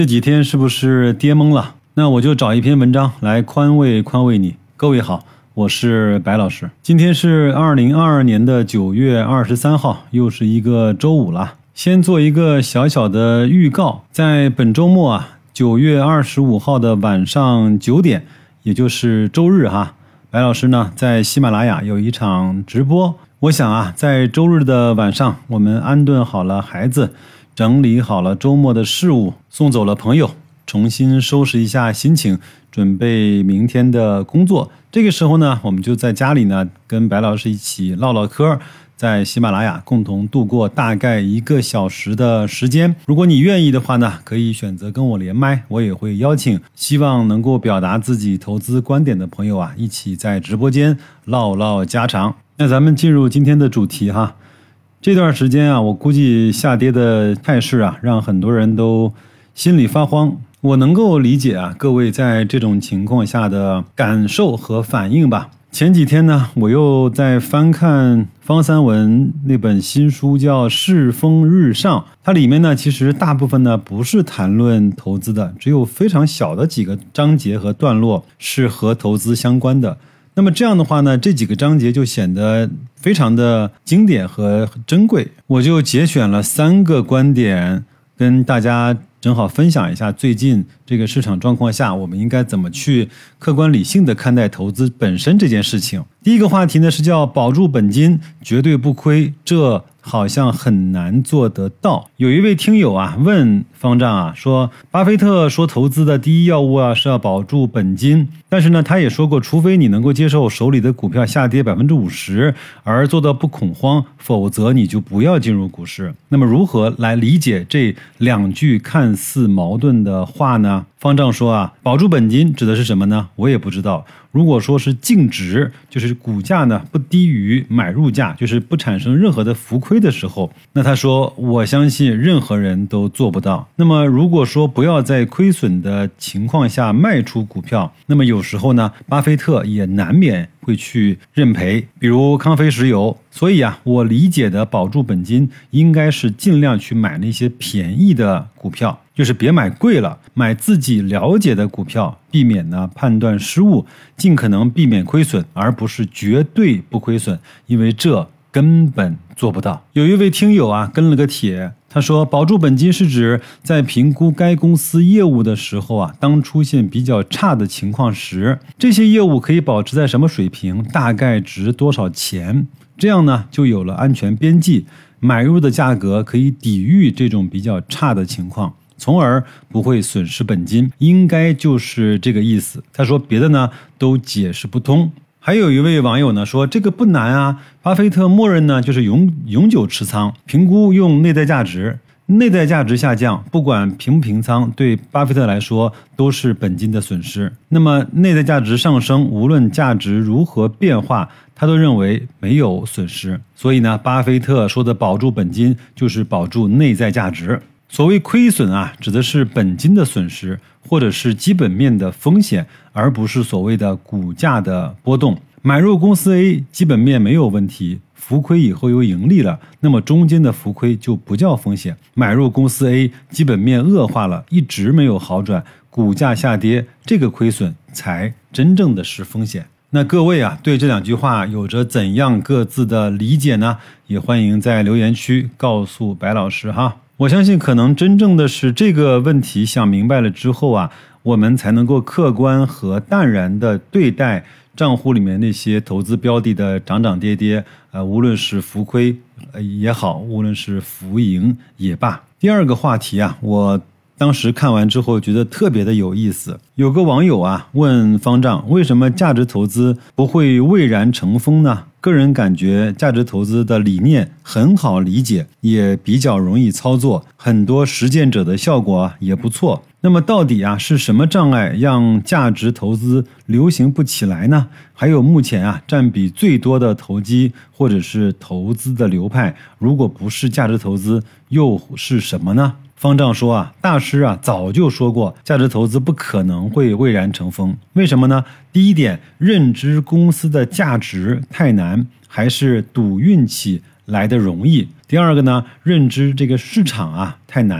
这几天是不是跌懵了？那我就找一篇文章来宽慰宽慰你。各位好，我是白老师。今天是2022年的9月23号，又是一个周五了。先做一个小小的预告，在本周末9月25号的晚上9点，也就是周日白老师呢在喜马拉雅有一场直播。我想在周日的晚上，我们安顿好了孩子，整理好了周末的事务，送走了朋友，重新收拾一下心情，准备明天的工作。这个时候呢，我们就在家里呢跟白老师一起唠唠嗑，在喜马拉雅共同度过大概1个小时的时间。如果你愿意的话呢，可以选择跟我连麦，我也会邀请希望能够表达自己投资观点的朋友一起在直播间唠唠家常。那咱们进入今天的主题这段时间我估计下跌的态势让很多人都心里发慌。我能够理解各位在这种情况下的感受和反应吧。前几天呢，我又在翻看方三文那本新书叫《世风日上》，它里面呢其实大部分呢不是谈论投资的，只有非常小的几个章节和段落是和投资相关的。那么这样的话呢，这几个章节就显得非常的经典和珍贵。我就节选了3个观点跟大家正好分享一下最近这个市场状况下，我们应该怎么去客观理性的看待投资本身这件事情。第一个话题呢是叫保住本金绝对不亏，这好像很难做得到。有一位听友问方丈说，巴菲特说投资的第一要务是要保住本金，但是呢他也说过，除非你能够接受手里的股票下跌 50% 而做到不恐慌，否则你就不要进入股市。那么如何来理解这2句看似矛盾的话呢？方丈说保住本金指的是什么呢？我也不知道。如果说是净值，就是股价呢不低于买入价，就是不产生任何的浮亏的时候，那他说我相信任何人都做不到。那么如果说不要在亏损的情况下卖出股票，那么有时候呢巴菲特也难免会去认赔，比如康菲石油。所以我理解的保住本金应该是尽量去买那些便宜的股票，就是别买贵了，买自己了解的股票，避免判断失误，尽可能避免亏损，而不是绝对不亏损，因为这根本做不到。有一位听友跟了个帖，他说保住本金是指在评估该公司业务的时候当出现比较差的情况时，这些业务可以保持在什么水平，大概值多少钱，这样呢就有了安全边际，买入的价格可以抵御这种比较差的情况，从而不会损失本金，应该就是这个意思。他说别的呢都解释不通。还有一位网友呢说，这个不难巴菲特默认呢就是永久持仓，评估用内在价值，内在价值下降，不管平不平仓，对巴菲特来说都是本金的损失。那么内在价值上升，无论价值如何变化，他都认为没有损失。所以呢，巴菲特说的保住本金就是保住内在价值。所谓亏损指的是本金的损失，或者是基本面的风险，而不是所谓的股价的波动。买入公司 A 基本面没有问题，浮亏以后又盈利了，那么中间的浮亏就不叫风险。买入公司 A 基本面恶化了，一直没有好转，股价下跌，这个亏损才真正的是风险。那各位对这2句话有着怎样各自的理解呢？也欢迎在留言区告诉白老师我相信可能真正的是这个问题想明白了之后我们才能够客观和淡然的对待账户里面那些投资标的的涨涨跌跌，无论是浮亏也好，无论是浮盈也罢。第2个话题我当时看完之后觉得特别的有意思。有个网友问方丈，为什么价值投资不会蔚然成风呢？个人感觉价值投资的理念很好理解，也比较容易操作，很多实践者的效果也不错。那么到底是什么障碍让价值投资流行不起来呢？还有目前占比最多的投机或者是投资的流派，如果不是价值投资又是什么呢？方丈说大师早就说过，价值投资不可能会蔚然成风。为什么呢？第一点，认知公司的价值太难，还是赌运气来的容易。第2个呢，认知这个市场太难，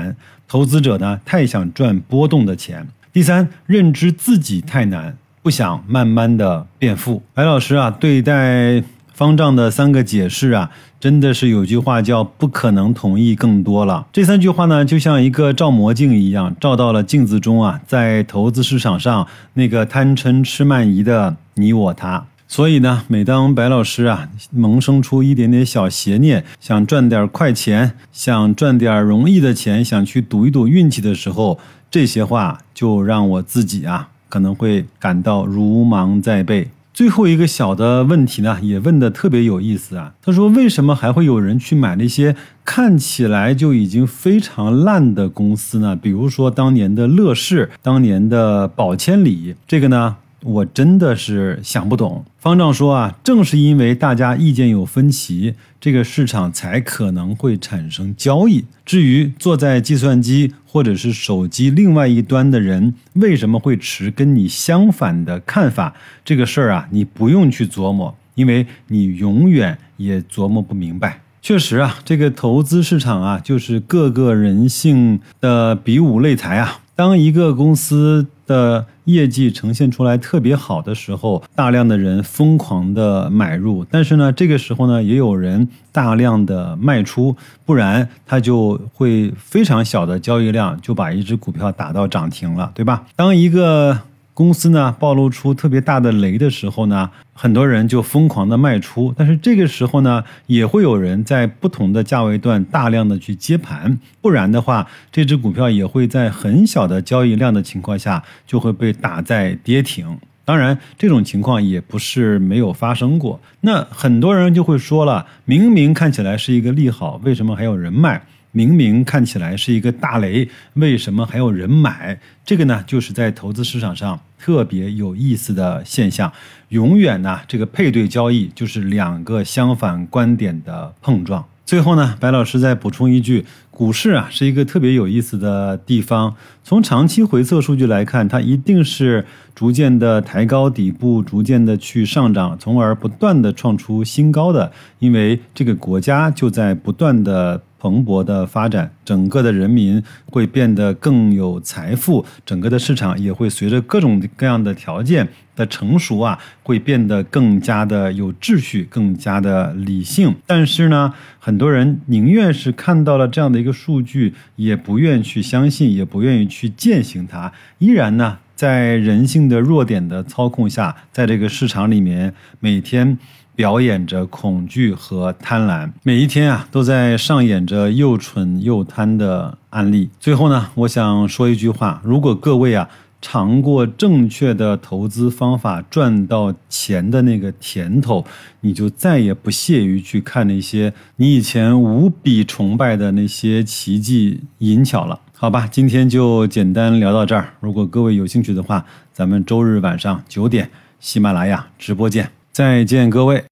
投资者呢太想赚波动的钱。第三，认知自己太难，不想慢慢的变富。白老师啊，对待方丈的3个解释啊，真的是有句话叫不可能同意更多了。这3句话呢，就像一个照魔镜一样，照到了镜子中啊，在投资市场上那个贪嗔痴慢疑的你我他。所以呢，每当白老师啊萌生出一点点小邪念，想赚点快钱，想赚点容易的钱，想去赌一赌运气的时候，这些话就让我自己啊可能会感到如芒在背。最后一个小的问题呢，也问得特别有意思啊。他说，为什么还会有人去买那些看起来就已经非常烂的公司呢？比如说当年的乐视，当年的宝千里，这个呢，我真的是想不懂。方丈说啊，正是因为大家意见有分歧，这个市场才可能会产生交易。至于坐在计算机或者是手机另外一端的人为什么会持跟你相反的看法，这个事儿啊，你不用去琢磨，因为你永远也琢磨不明白。确实啊，这个投资市场啊，就是各个人性的比武擂台啊。当一个公司的业绩呈现出来特别好的时候，大量的人疯狂的买入，但是呢，这个时候呢，也有人大量的卖出，不然它就会非常小的交易量就把一只股票打到涨停了，对吧？当一个公司呢暴露出特别大的雷的时候呢，很多人就疯狂的卖出，但是这个时候呢，也会有人在不同的价位段大量的去接盘，不然的话，这只股票也会在很小的交易量的情况下就会被打在跌停。当然，这种情况也不是没有发生过。那很多人就会说了，明明看起来是一个利好，为什么还有人卖？明明看起来是一个大雷，为什么还有人买？这个呢，就是在投资市场上特别有意思的现象。永远呢，这个配对交易就是2个相反观点的碰撞。最后呢，白老师再补充一句，股市啊是一个特别有意思的地方。从长期回测数据来看，它一定是逐渐的抬高底部，逐渐的去上涨，从而不断的创出新高的。因为这个国家就在不断的蓬勃的发展，整个的人民会变得更有财富，整个的市场也会随着各种各样的条件的成熟啊，会变得更加的有秩序，更加的理性。但是呢，很多人宁愿是看到了这样的一个数据，也不愿去相信，也不愿意去践行它，依然呢在人性的弱点的操控下，在这个市场里面每天表演着恐惧和贪婪，每一天啊都在上演着又蠢又贪的案例。最后呢，我想说一句话，如果各位啊尝过正确的投资方法赚到钱的那个甜头，你就再也不屑于去看那些你以前无比崇拜的那些奇迹银巧了。好吧，今天就简单聊到这儿。如果各位有兴趣的话，咱们周日晚上9点喜马拉雅直播见。再见各位。